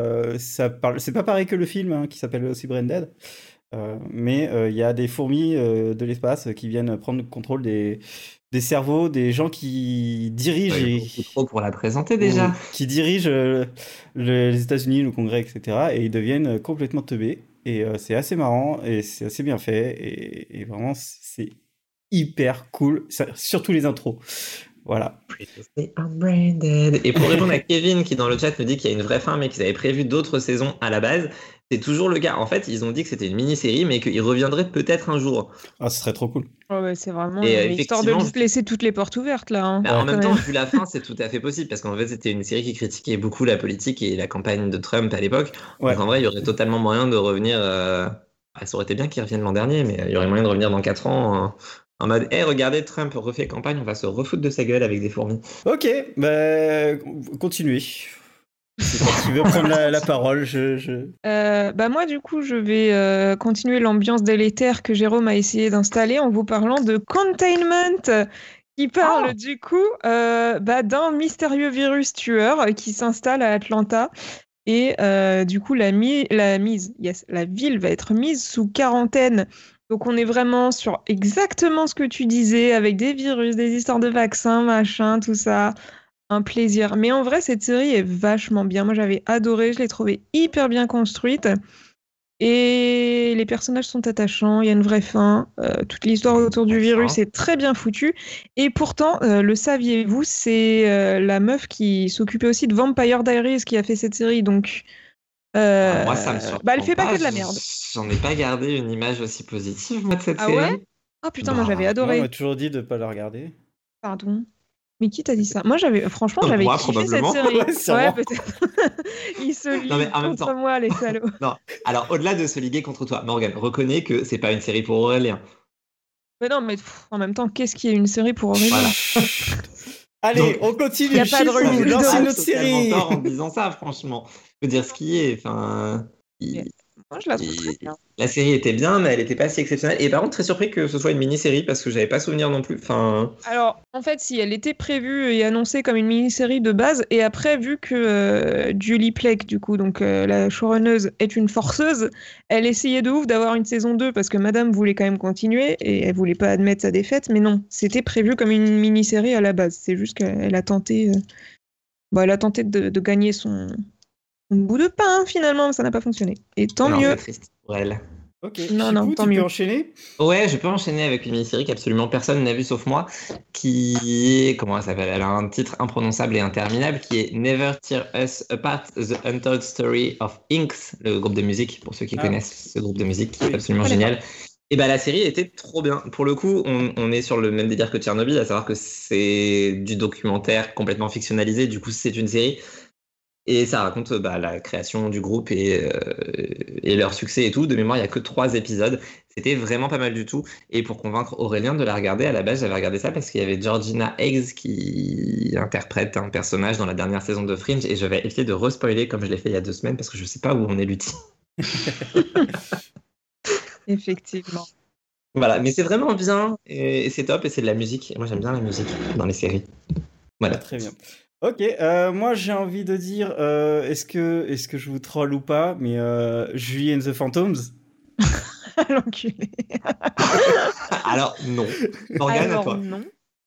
ça parle. C'est pas pareil que le film hein, qui s'appelle aussi Branded, mais il y a des fourmis de l'espace qui viennent prendre le contrôle des cerveaux des gens qui dirigent Ouais, beaucoup trop pour la présenter déjà. qui dirigent les États-Unis, le Congrès, etc. Et ils deviennent complètement teubés. Et c'est assez marrant et c'est assez bien fait et vraiment c'est hyper cool, surtout les intros. Voilà. Previously on Branded. Et pour répondre à Kevin qui dans le chat nous dit qu'il y a une vraie fin mais qu'ils avaient prévu d'autres saisons à la base, c'est toujours le cas. En fait, ils ont dit que c'était une mini-série mais qu'ils reviendraient peut-être un jour. Ah, ce serait trop cool. Oh, ouais, c'est vraiment Et, une histoire de effectivement, laisser toutes les portes ouvertes là. Hein, Bah, en quand même temps, même. vu la fin, c'est tout à fait possible parce qu'en fait, c'était une série qui critiquait beaucoup la politique et la campagne de Trump à l'époque. Ouais. Donc en vrai, il y aurait totalement moyen de revenir. Ça aurait été bien qu'ils reviennent l'an dernier, mais il y aurait moyen de revenir dans 4 ans en mode regardez, Trump refait campagne, on va se refoutre de sa gueule avec des fourmis. Ok, bah continuez. C'est quand tu veux prendre la parole, Bah moi, du coup, je vais continuer l'ambiance délétère que Jérôme a essayé d'installer en vous parlant de Containment, qui parle du coup d'un mystérieux virus tueur qui s'installe à Atlanta. Et du coup, la ville va être mise sous quarantaine. Donc on est vraiment sur exactement ce que tu disais, avec des virus, des histoires de vaccins, machin, tout ça. Un plaisir. Mais en vrai, cette série est vachement bien. Moi, j'avais adoré, je l'ai trouvée hyper bien construite. Et les personnages sont attachants, il y a une vraie fin. Toute l'histoire autour du virus est très bien foutue. Et pourtant, le saviez-vous, c'est la meuf qui s'occupait aussi de Vampire Diaries qui a fait cette série. Donc, Moi, ça me surprend elle fait pas que de la merde. J'en ai pas gardé une image aussi positive, moi, de cette Ah série. ouais? Ah putain, moi j'avais adoré. On m'a toujours dit de pas la regarder. Pardon. Mais qui t'a dit ça? Moi, franchement, j'avais Moi, kiffé probablement. cette série. Ouais, peut-être. Ils se liguent Non, mais en même contre temps. moi, les salauds. Non. Alors, au-delà de se liguer contre toi, Morgane, reconnais que c'est pas une série pour Aurélien. Mais non, mais en même temps, qu'est-ce qui est une série pour Aurélien? Voilà. Allez, Donc, on continue. y a pas de Chiffre, remise de lance dos. une autre série. tort en disant ça, franchement. Je veux dire ce qui est. Enfin, Moi, je la trouve très bien. la série était bien, mais elle était pas si exceptionnelle. Et par contre, très surpris que ce soit une mini-série parce que j'avais pas souvenir non plus. Enfin, Alors, en fait, si elle était prévue et annoncée comme une mini-série de base, et après, vu que Julie Plec, du coup, donc la showrunneuse, est une forceuse, elle essayait de ouf d'avoir une saison 2 parce que Madame voulait quand même continuer et elle voulait pas admettre sa défaite, mais non, c'était prévu comme une mini-série à la base. C'est juste qu'elle a tenté, elle a tenté de gagner son bout de pain finalement, mais ça n'a pas fonctionné. Et tant non, mieux. c'est triste pour elle. Ok, Non, non, Chipou, tant tu mieux. peux enchaîner? Ouais, je peux enchaîner avec une mini-série qu'absolument personne n'a vue sauf moi, qui est, comment elle s'appelle? Elle a un titre imprononçable et interminable qui est Never Tear Us Apart, The Untold Story of Inks, le groupe de musique, pour ceux qui connaissent ce groupe de musique, qui est absolument génial. Et bah la série était trop bien. Pour le coup, on est sur le même délire que Tchernobyl, à savoir que c'est du documentaire complètement fictionnalisé, du coup c'est une série. Et ça raconte la création du groupe et leur succès et tout. De mémoire, il n'y a que 3 épisodes. C'était vraiment pas mal du tout. Et pour convaincre Aurélien de la regarder, à la base, j'avais regardé ça parce qu'il y avait Georgina Eggs qui interprète un personnage dans la dernière saison de Fringe. Et je vais éviter de respoiler comme je l'ai fait il y a 2 semaines parce que je sais pas où on est Lutti. Effectivement. Voilà, mais c'est vraiment bien et c'est top et c'est de la musique. Et moi, j'aime bien la musique dans les séries. Voilà. Très bien. Ok, moi j'ai envie de dire, est-ce que je vous troll ou pas, mais Julie and the Phantoms. L'enculé. Alors, non. Morgane, à toi. Non.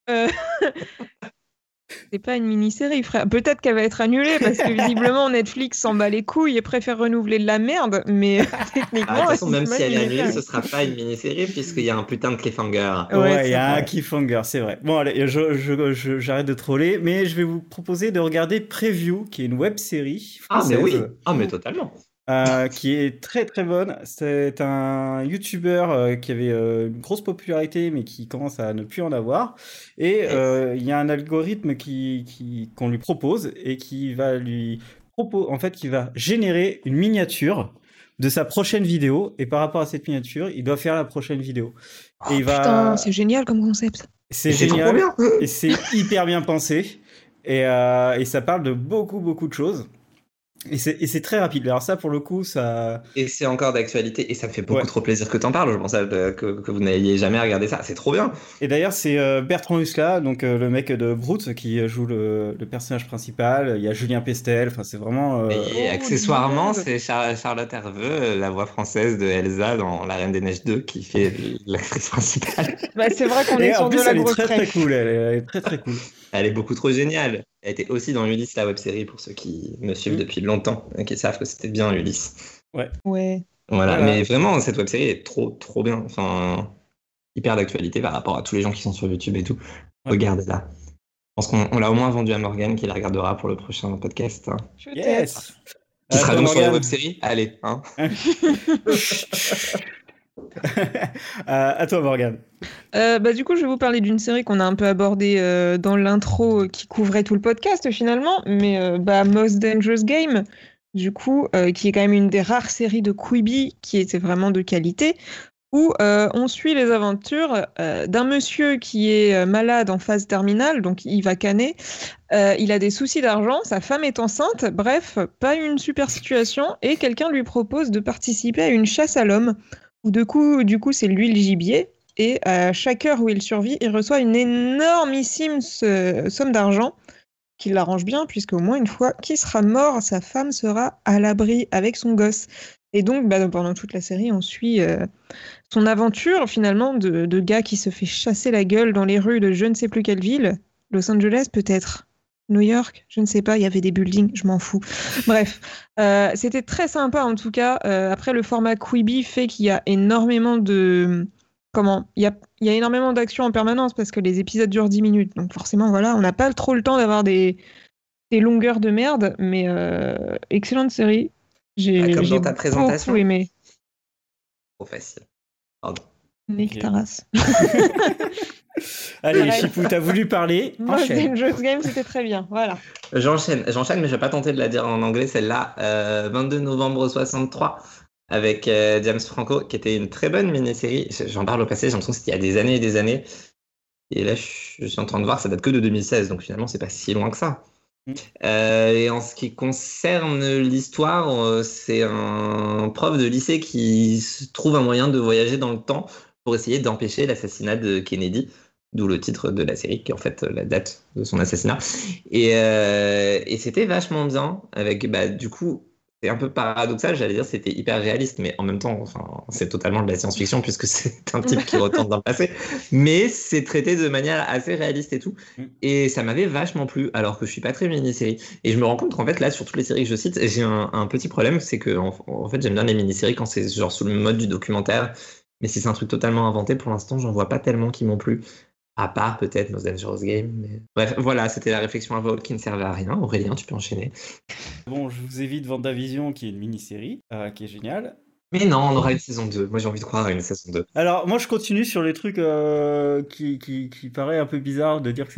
C'est pas une mini-série, frère. Peut-être qu'elle va être annulée parce que visiblement Netflix s'en bat les couilles et préfère renouveler de la merde, mais techniquement. De toute façon, même si elle est annulée, ce sera pas une mini-série puisqu'il y a un putain de cliffhanger. Ouais, il y a un cliffhanger, c'est vrai. Bon, allez, j'arrête de troller, mais je vais vous proposer de regarder Preview, qui est une web-série française. Ah, mais oui. Ah, mais totalement. Qui est très très bonne. C'est un YouTuber qui avait une grosse popularité mais qui commence à ne plus en avoir. Et il y a un algorithme qu'on lui propose et qui va qui va générer une miniature de sa prochaine vidéo. Et par rapport à cette miniature, il doit faire la prochaine vidéo. Et putain, c'est génial comme concept. C'est génial et c'est hyper bien pensé. Et ça parle de beaucoup de choses. Et c'est très rapide. Alors ça, pour le coup, ça... Et c'est encore d'actualité. Et ça me fait beaucoup trop plaisir que t'en parles. Je pensais que vous n'ayez jamais regardé ça. C'est trop bien. Et d'ailleurs, c'est Bertrand Huskla, donc le mec de Broots, qui joue le personnage principal. Il y a Julien Pestel. Enfin, c'est vraiment... Et accessoirement, c'est Charlotte Herveux, la voix française de Elsa dans La Reine des Neiges 2, qui fait l'actrice principale. C'est vrai qu'on est sur de la grosse très cool. Elle est très cool. Elle est beaucoup trop géniale. Elle était aussi dans Ulysse, la web-série, pour ceux qui me suivent depuis longtemps et qui savent que c'était bien Ulysse. Ouais. Voilà, mais vraiment, cette web-série est trop bien. Enfin, hyper d'actualité par rapport à tous les gens qui sont sur YouTube et tout. Regardez-la. Je pense qu'on l'a au moins vendu à Morgane, qui la regardera pour le prochain podcast. Yes. Qui sera donc sur la web-série. Allez, hein. À toi, Morgane. Du coup, je vais vous parler d'une série qu'on a un peu abordée dans l'intro qui couvrait tout le podcast finalement, mais Most Dangerous Game, du coup, qui est quand même une des rares séries de Quibi qui était vraiment de qualité. où on suit les aventures d'un monsieur qui est malade en phase terminale, donc il va canner. Il a des soucis d'argent, sa femme est enceinte, bref, pas une super situation, et quelqu'un lui propose de participer à une chasse à l'homme, où du coup c'est lui le gibier, et à chaque heure où il survit, il reçoit une énormissime somme d'argent, qui l'arrange bien, puisque au moins une fois qu'il sera mort, sa femme sera à l'abri avec son gosse. Et donc, pendant toute la série, on suit son aventure, finalement, de gars qui se fait chasser la gueule dans les rues de je ne sais plus quelle ville. Los Angeles, peut-être. New York, je ne sais pas, il y avait des buildings, je m'en fous. Bref, c'était très sympa, en tout cas. Après, le format Quibi fait qu'il y a énormément de... Il y a énormément d'actions en permanence, parce que les épisodes durent 10 minutes. Donc forcément, voilà, on n'a pas trop le temps d'avoir des longueurs de merde, mais excellente série. J'ai Comme dans ta beaucoup présentation. aimé. Trop facile. Pardon. Nick Ok. Taras. Allez, Ouais. Chipou, t'as voulu parler. Moi, Enchaîne. Dangerous Game, c'était très bien. Voilà. J'enchaîne, mais je vais pas tenter de la dire en anglais, celle-là. 22 novembre 63, avec James Franco, qui était une très bonne mini-série. J'en parle au passé, j'ai l'impression que c'était il y a des années et des années. Et là, je suis en train de voir, ça date que de 2016, donc finalement, c'est pas si loin que ça. Mm. Et en ce qui concerne l'histoire, c'est un prof de lycée qui trouve un moyen de voyager dans le temps pour essayer d'empêcher l'assassinat de Kennedy, d'où le titre de la série, qui est en fait la date de son assassinat. Et c'était vachement bien, avec du coup, c'est un peu paradoxal, j'allais dire c'était hyper réaliste, mais en même temps, enfin, c'est totalement de la science-fiction puisque c'est un type qui retourne dans le passé, mais c'est traité de manière assez réaliste et tout. Mm. Et ça m'avait vachement plu, alors que je suis pas très mini-série. Et je me rends compte qu'en fait, là, sur toutes les séries que je cite, j'ai un petit problème, c'est que en fait, j'aime bien les mini-séries quand c'est genre sous le mode du documentaire, mais si c'est un truc totalement inventé, pour l'instant, j'en vois pas tellement qui m'ont plu. À part peut-être nos Dangerous Game. Mais... Bref, voilà, c'était la réflexion à vol qui ne servait à rien. Aurélien, tu peux enchaîner. Bon, je vous évite Vendavision, qui est une mini-série, qui est géniale. Mais non, on aura une saison 2. Moi, j'ai envie de croire à une saison 2. Alors, moi, je continue sur les trucs qui paraît un peu bizarre de dire que c'est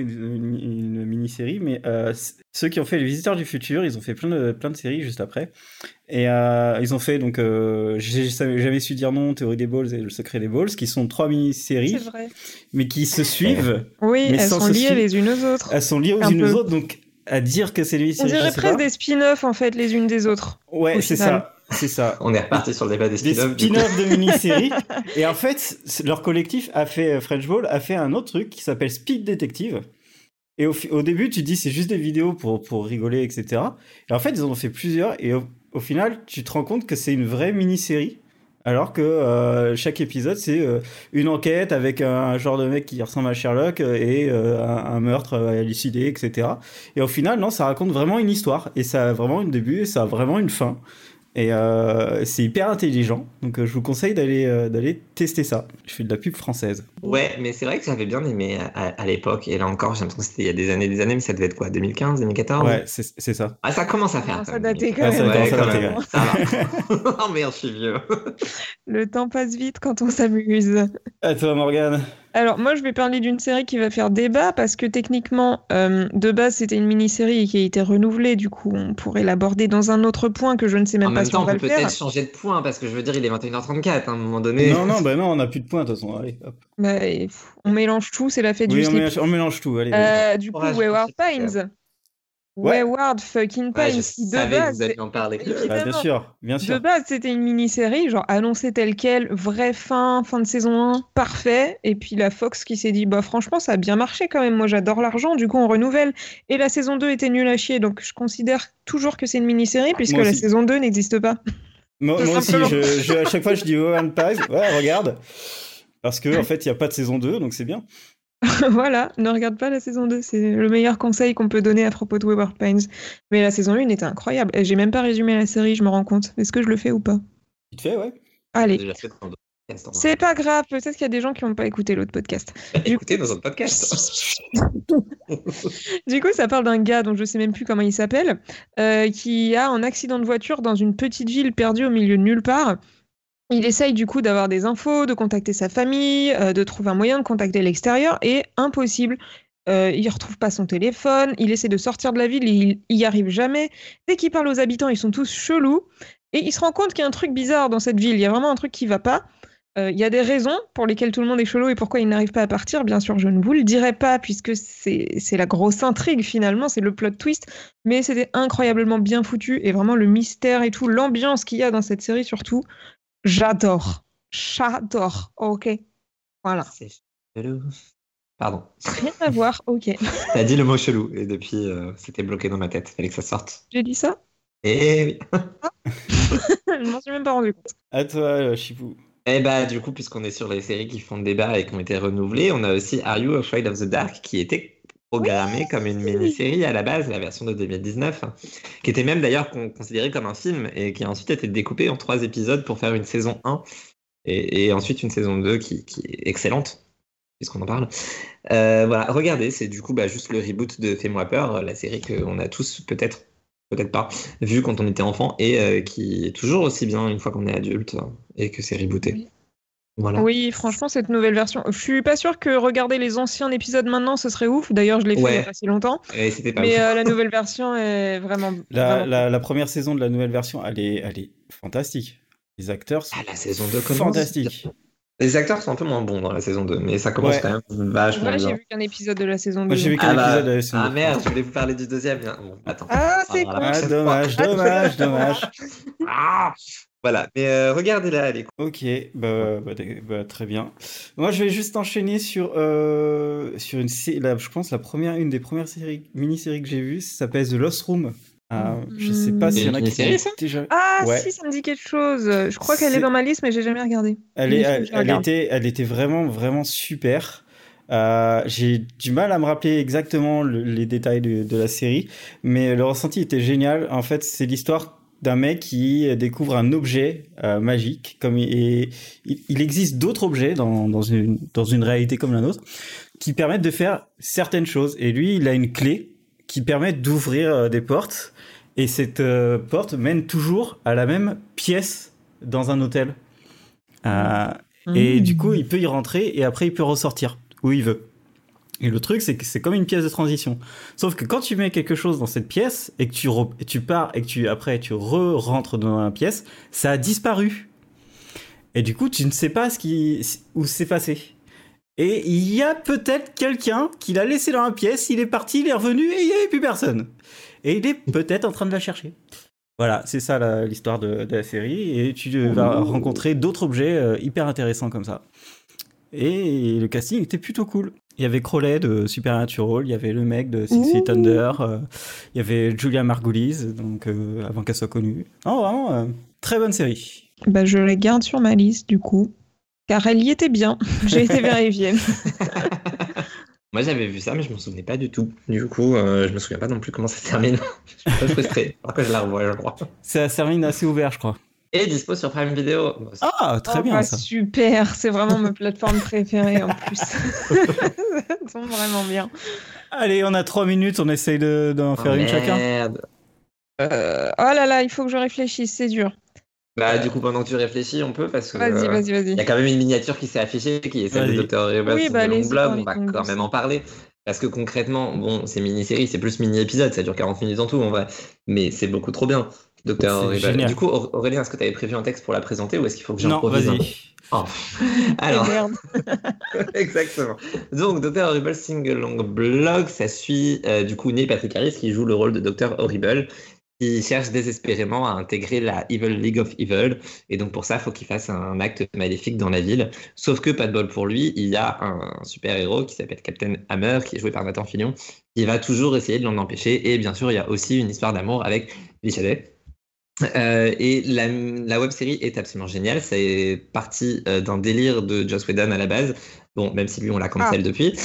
une mini-série, mais ceux qui ont fait Les Visiteurs du Futur, ils ont fait plein de séries juste après. Et ils ont fait, donc, j'ai jamais su dire non, Théorie des Balls et Le Secret des Balls, qui sont 3 mini-séries, C'est vrai. mais qui se suivent. Oui, Mais elles sans sont se liées suivre. les unes aux autres. Elles sont liées aux Un unes aux peu. autres, donc à dire que c'est des On mini-séries, je dirait sais presque pas. des spin-offs, en fait, les unes des autres. Ouais, au c'est final. ça, c'est ça. On est reparti sur le débat des Des spin-offs. du coup. spin-offs de mini-séries. Et en fait, leur collectif a fait, French Ball a fait un autre truc qui s'appelle Speed Detective. Et au début, tu te dis c'est juste des vidéos pour rigoler, etc. Et en fait, ils en ont fait plusieurs. Et au final, tu te rends compte que c'est une vraie mini-série. Alors que chaque épisode, c'est une enquête avec un genre de mec qui ressemble à Sherlock et un meurtre à élucider, etc. Et au final, non, ça raconte vraiment une histoire. Et ça a vraiment un début et ça a vraiment une fin. Et c'est hyper intelligent. Donc je vous conseille d'aller tester ça. Je fais de la pub française. Ouais, mais c'est vrai que j'avais bien aimé à l'époque. Et là encore, j'ai l'impression que c'était il y a des années, mais ça devait être quoi, 2015, 2014? Ouais, c'est ça. Ah, ça commence à faire. commence quand à même, dater 2015. quand même. Ouais, Ça quand commence à même. dater, Ça va. Oh merde, je suis vieux. Le temps passe vite quand on s'amuse. À toi, Morgane. Alors, moi, je vais parler d'une série qui va faire débat parce que techniquement, de base, c'était une mini-série et qui a été renouvelée. Du coup, on pourrait l'aborder dans un autre point que je ne sais En même pas même si temps, on on va peut le faire. peut-être changer de point parce que je veux dire, il est 21h34 à un moment donné. Non, non, on n'a plus de points de toute façon. Allez, hop. On mélange tout, c'est la fête Oui, du on slip. mélange tout. Allez, vas-y. Du coup, Courage, Wayward pour cette Pines. Ouais. Wayward fucking Ouais, je Pines, qui de savais que base, vous alliez en parler. Ah, bien évidemment. sûr, bien sûr. De base, c'était une mini-série, genre annoncée telle quelle, vraie fin de saison 1, parfait. Et puis la Fox qui s'est dit, bah franchement, ça a bien marché quand même, moi j'adore l'argent, du coup on renouvelle. Et la saison 2 était nulle à chier, donc je considère toujours que c'est une mini-série, puisque Moi la aussi. saison 2 n'existe pas. Moi Tout aussi, simplement. à chaque fois, je dis One Pies. Ouais, regarde. Parce que en fait, il n'y a pas de saison 2, donc c'est bien. Voilà, ne regarde pas la saison 2, c'est le meilleur conseil qu'on peut donner à propos de Wayward Pines. Mais la saison 1 était incroyable, et j'ai même pas résumé la série, je me rends compte. Est-ce que je le fais ou pas? Tu te fais, ouais. Allez, Déjà fait dans d'autres podcasts, en c'est pas grave, peut-être qu'il y a des gens qui n'ont pas écouté l'autre podcast. vrai. Écoutez dans autres podcasts. Du coup, ça parle d'un gars dont je sais même plus comment il s'appelle, qui a un accident de voiture dans une petite ville perdue au milieu de nulle part. Il essaye du coup d'avoir des infos, de contacter sa famille, de trouver un moyen de contacter l'extérieur, et impossible. Il retrouve pas son téléphone, il essaie de sortir de la ville, il y arrive jamais. Dès qu'il parle aux habitants, ils sont tous chelous. Et il se rend compte qu'il y a un truc bizarre dans cette ville, il y a vraiment un truc qui va pas. Il y a des raisons pour lesquelles tout le monde est chelou et pourquoi il n'arrive pas à partir. Bien sûr, je ne vous le dirai pas puisque c'est la grosse intrigue finalement, c'est le plot twist. Mais c'était incroyablement bien foutu et vraiment le mystère et tout, l'ambiance qu'il y a dans cette série surtout, j'adore. J'adore. Ok. Voilà. C'est chelou. Pardon. Rien à voir. Ok. T'as dit le mot chelou et depuis, c'était bloqué dans ma tête. Fallait que ça sorte. J'ai dit ça? Et oui. Je m'en suis même pas rendu compte. À toi, Chipou. Et bah, du coup, puisqu'on est sur les séries qui font débat et qui ont été renouvelées, on a aussi Are You Afraid of the Dark qui était programmée comme une mini-série à la base, la version de 2019, qui était même d'ailleurs considérée comme un film et qui a ensuite été découpée en 3 épisodes pour faire une saison 1 et ensuite une saison 2 qui est excellente, puisqu'on en parle. Voilà, regardez, c'est du coup juste le reboot de Fais-moi peur, la série qu'on a tous peut-être pas, vu quand on était enfant, et qui est toujours aussi bien une fois qu'on est adulte et que c'est rebooté. Oui. Voilà. Oui, franchement, cette nouvelle version. Je suis pas sûre que regarder les anciens épisodes maintenant, ce serait ouf. D'ailleurs, je l'ai fait il y a pas si longtemps. Et c'était pas Mais ouf. la nouvelle version est vraiment. vraiment... La première saison de la nouvelle version, elle est fantastique. Les acteurs sont la saison 2 commence. fantastiques. Les acteurs sont un peu moins bons dans la saison 2, mais ça commence quand même vachement Moi, bien. j'ai vu qu'un épisode de la saison 2. Moi, j'ai vu qu'un épisode de la saison 2. Ah merde, je voulais vous parler du deuxième. Bon, attends. Ah, c'est con. Ah, dommage. Voilà, mais regardez-la, elle est cool. Ok, bah, très bien. Moi, je vais juste enchaîner sur une je pense une des premières mini-séries que j'ai vues, ça s'appelle The Lost Room. Je sais pas s'il y en a qui mini-série, ça déjà. Ah Ouais. si, ça me dit quelque chose. Je crois qu'elle est dans ma liste, mais j'ai jamais regardé. Elle était vraiment, vraiment super. J'ai du mal à me rappeler exactement les détails de la série, mais le ressenti était génial. En fait, c'est l'histoire d'un mec qui découvre un objet magique. Il existe d'autres objets dans une réalité comme la nôtre qui permettent de faire certaines choses. Et lui, il a une clé qui permet d'ouvrir des portes. Et cette porte mène toujours à la même pièce dans un hôtel. Et du coup, il peut y rentrer et après, il peut ressortir où il veut. Et le truc, c'est que c'est comme une pièce de transition. Sauf que quand tu mets quelque chose dans cette pièce et que tu pars et que après tu rentres dans la pièce, ça a disparu. Et du coup, tu ne sais pas où c'est passé. Et il y a peut-être quelqu'un qui l'a laissé dans la pièce, il est parti, il est revenu et il n'y avait plus personne. Et il est peut-être en train de la chercher. Voilà, c'est ça l'histoire de la série. Et tu vas rencontrer d'autres objets hyper intéressants comme ça. Et le casting était plutôt cool. Il y avait Crowley de Supernatural, il y avait le mec de Six Feet Under, il y avait Julia Margulies, donc avant qu'elle soit connue. Oh, vraiment, très bonne série. Bah, je la garde sur ma liste du coup, car elle y était bien. J'ai été vérifiée. Moi, j'avais vu ça, mais je m'en souvenais pas du tout. Du coup, je me souviens pas non plus comment ça se termine. Je suis un peu frustré. Alors que je la revois, je crois. Ça termine assez ouvert, je crois. Et dispo sur Prime Video. Ah, très bien bah, ça. Super, c'est vraiment ma plateforme préférée en plus. Ça tombe vraiment bien. Allez, on a 3 minutes, on essaye d'en faire une chacun. Merde. Oh là là, il faut que je réfléchisse, c'est dur. Bah, du coup, pendant que tu réfléchis, on peut, parce que Vas-y. il y a quand même une miniature qui s'est affichée, qui est celle de Dr. Horrible sur le long blog. On va quand même en parler. Parce que concrètement, bon, c'est mini-série, c'est plus mini-épisode, ça dure 40 minutes en tout, en vrai. Mais c'est beaucoup trop bien, Dr. Horrible. Génial. Du coup, Aurélien, est-ce que tu avais prévu un texte pour la présenter ou est-ce qu'il faut que j'improvise? Non, vas-y. Oh. Alors, merde. exactement. Donc, Dr. Horrible Single Long Blog, ça suit du coup Neil Patrick Harris qui joue le rôle de Dr. Horrible, qui cherche désespérément à intégrer la Evil League of Evil. Et donc, pour ça, il faut qu'il fasse un acte maléfique dans la ville. Sauf que, pas de bol pour lui, il y a un super-héros qui s'appelle Captain Hammer, qui est joué par Nathan Fillion, qui va toujours essayer de l'en empêcher. Et bien sûr, il y a aussi une histoire d'amour avec Bichadet. Et la web-série est absolument géniale. C'est parti d'un délire de Joss Whedon à la base. Bon, même si lui, on l'a cancel depuis.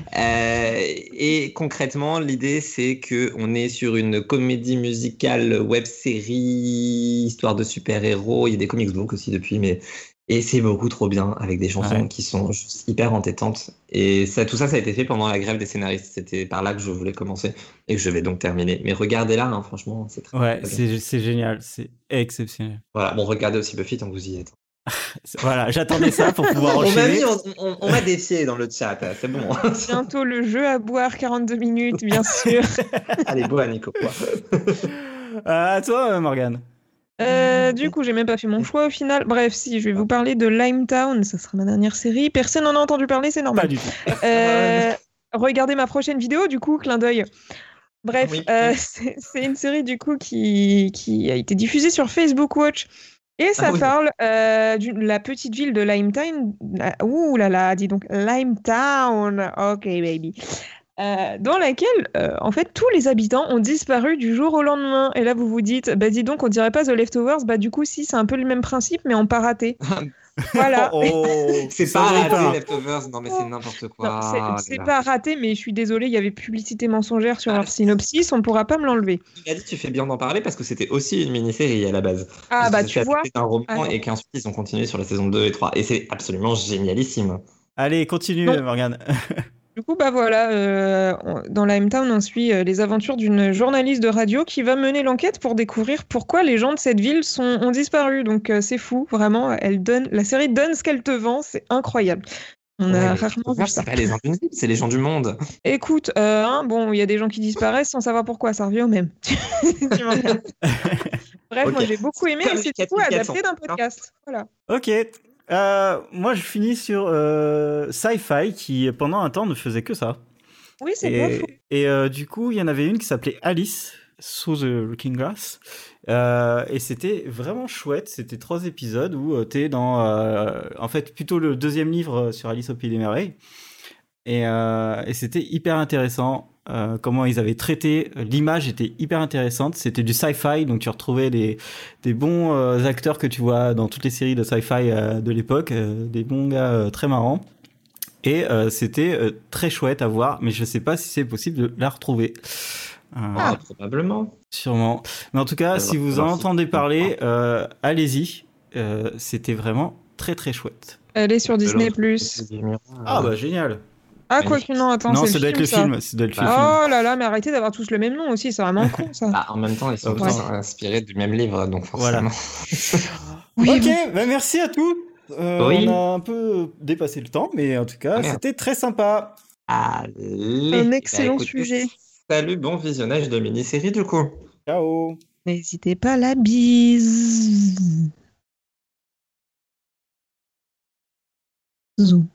Et concrètement, l'idée, c'est qu'on est sur une comédie musicale web-série, histoire de super-héros. Il y a des comics books aussi depuis, et c'est beaucoup trop bien, avec des chansons qui sont juste hyper entêtantes. Et tout ça a été fait pendant la grève des scénaristes. C'était par là que je voulais commencer et que je vais donc terminer. Mais regardez-là, hein, franchement, c'est très bien. C'est génial, c'est exceptionnel. Voilà, bon, regardez aussi Buffy tant que vous y êtes. Voilà, j'attendais ça pour pouvoir enchaîner. On m'a défié dans le chat, c'est bon. Bientôt le jeu à boire, 42 minutes, bien sûr. Allez, bois, Nico. À toi, Morgane. Du coup, j'ai même pas fait mon choix au final. Bref, si, je vais vous parler de Limetown. Ça sera ma dernière série. Personne n'en a entendu parler, c'est Pas normal. du tout. Regardez ma prochaine vidéo, du coup, clin d'œil. Bref, Oui. c'est une série du coup qui a été diffusée sur Facebook Watch. Et ça oui. parle de la petite ville de Limetown. Ouh là là, dis donc, Limetown. Ok, baby. Dans laquelle, en fait, tous les habitants ont disparu du jour au lendemain. Et là, vous vous dites, bah dis donc, on dirait pas The Leftovers. Bah du coup, si, c'est un peu le même principe, mais en pas raté. Voilà. Oh, C'est ça pas brille raté, Leftovers. Non, mais c'est n'importe Non, quoi. c'est Oh là c'est là. pas raté, mais je suis désolée, il y avait publicité mensongère sur Ah, leur synopsis, on pourra pas me l'enlever. tu m'as dit, tu fais bien d'en parler parce que c'était aussi une mini-série à la base. Ah Parce que bah ça tu s'est vois. adapté d'un roman Alors, et qu'ensuite ils ont continué sur la saison 2 et 3. Et c'est absolument génialissime. Allez, continue, non. Morgane. Du coup, bah voilà, dans la M-Town, on suit les aventures d'une journaliste de radio qui va mener l'enquête pour découvrir pourquoi les gens de cette ville ont disparu. Donc c'est fou, vraiment, la série donne ce qu'elle te vend, c'est incroyable. On Ouais, a mais rarement vu Leftovers, ça. c'est pas les gens d'une ville, c'est les gens du monde. Écoute, bon, il y a des gens qui disparaissent sans savoir pourquoi, ça revient au même. Tu m'en regardes. Bref, moi Ok. j'ai beaucoup aimé Comme et les c'est du coup 4400. adapté d'un podcast. Voilà. Ok. Moi, je finis sur Sci-Fi qui, pendant un temps, ne faisait que ça. Oui, c'est pas faux. Et du coup, il y en avait une qui s'appelait Alice Through the Looking Glass. Et c'était vraiment chouette. C'était 3 épisodes où t'es dans, en fait, plutôt le deuxième livre sur Alice au Pays des Merveilles. Et c'était hyper intéressant. Comment ils avaient traité l'image était hyper intéressante. C'était du sci-fi, donc tu retrouvais des bons acteurs que tu vois dans toutes les séries de sci-fi de l'époque, des bons gars très marrants. Et c'était très chouette à voir, mais je sais pas si c'est possible de la retrouver. Probablement. Sûrement. Mais en tout cas, si vous en entendez parler, allez-y. C'était vraiment très très chouette. Elle est sur Disney+. Ah bah génial. Ah, quoi que non, attends, Non, c'est ça doit être le ça. film. Ça doit être le film. Oh là là, mais arrêtez d'avoir tous le même nom aussi, c'est vraiment con ça. Bah, en même temps, ils sont Ouais. tous inspirés du même livre, donc forcément. Oui, Ok, bon. bah merci à tous. Oui. On a un peu dépassé le temps, mais en tout cas, merde. c'était très sympa. Allez. Un Bah, excellent écoutez, sujet. Salut, bon visionnage de mini-série du coup. Ciao. N'hésitez pas à la bise. Zou.